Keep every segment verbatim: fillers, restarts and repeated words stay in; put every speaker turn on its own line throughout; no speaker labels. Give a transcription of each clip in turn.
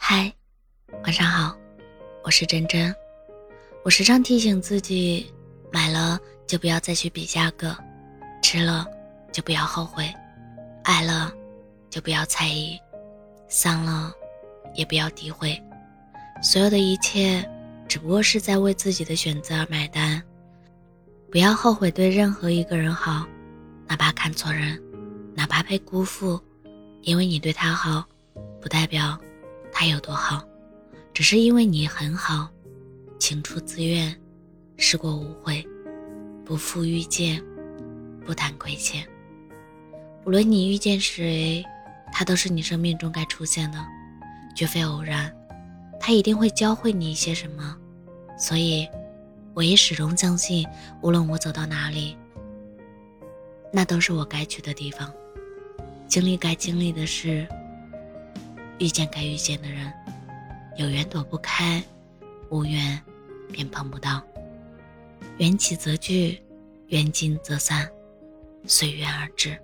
嗨，晚上好，我是真真。我时常提醒自己，买了就不要再去比价格，吃了就不要后悔，爱了就不要猜疑，丧了也不要诋毁。所有的一切只不过是在为自己的选择而买单。不要后悔对任何一个人好，哪怕看错人，哪怕被辜负，因为你对他好，不代表他有多好，只是因为你很好，情出自愿，事过无悔，不负遇见，不谈亏欠。无论你遇见谁，他都是你生命中该出现的，绝非偶然，他一定会教会你一些什么。所以我也始终相信，无论我走到哪里，那都是我该去的地方，经历该经历的事，遇见该遇见的人。有缘躲不开，无缘便碰不到。缘起则聚，缘尽则散，随缘而至。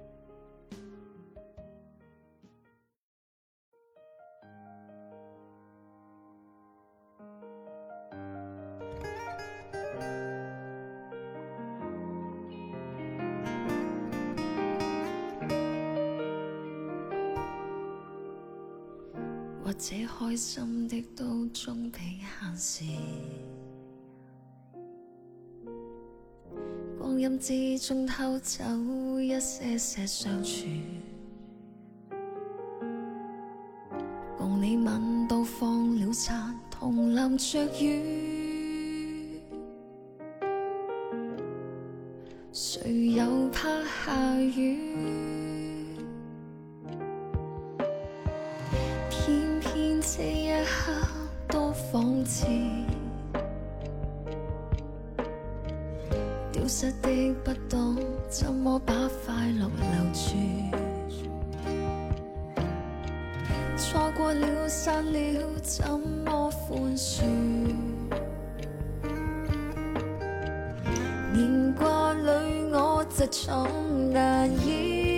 或者開心的都總被限時，光陰之中偷走一些些相處，共你吻到放了傘，同淋着雨，誰又怕下雨？偏偏這一刻多諷刺，丟失的不懂怎麼把快樂留住，錯過了散了怎麼寬恕，年華裏我疾重難以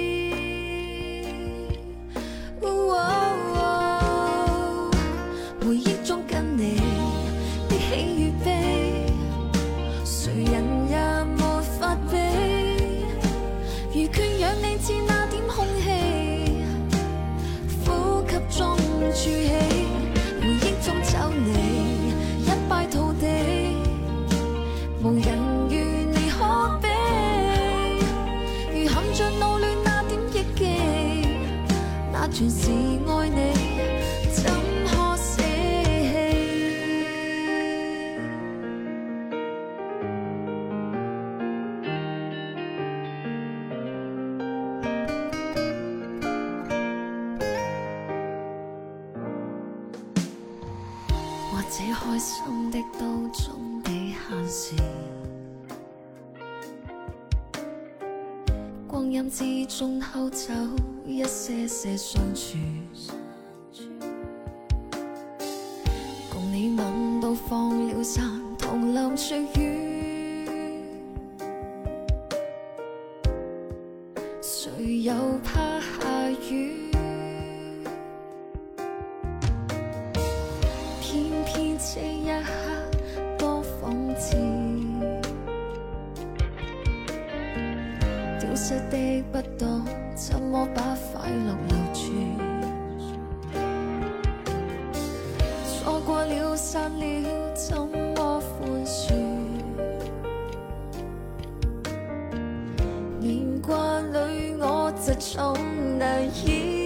回憶中跟你的喜與悲，誰人也沒法比，如缺氧你似那點空氣，呼吸中儲起，回憶中找你一敗塗地，無人與你可比，如陷着怒亂那點憶記，那全是愛你。或者開心的都總被限時，光陰之中偷走一些些相處，共你吻到放了傘，同淋着雨，誰又怕下雨？偏偏這一刻多諷刺，丟失的不懂怎麼把快樂留住，錯過了散了怎麼寬恕，年華裏我疾重難以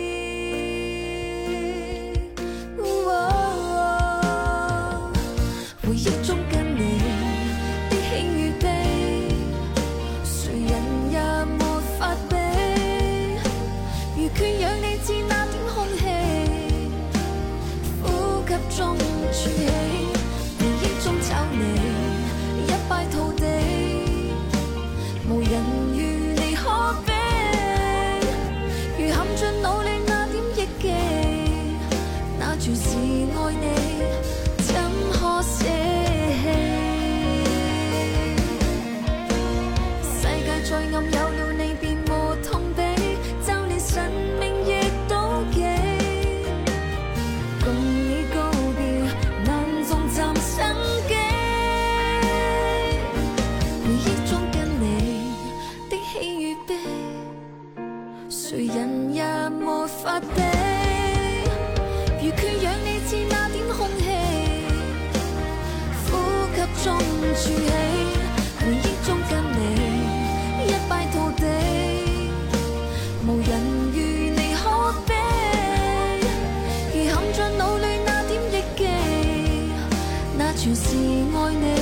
回憶中跟你的喜與悲，誰人也沒法比，如缺氧你似那點空氣，呼吸中儲起，回憶中找你一敗塗地，無人與你可比，如陷着努力那點憶記，那全是愛你。怎可捨棄？世界再暗，有了你便沒痛比，就連神明亦妒忌。共你。 全是愛你。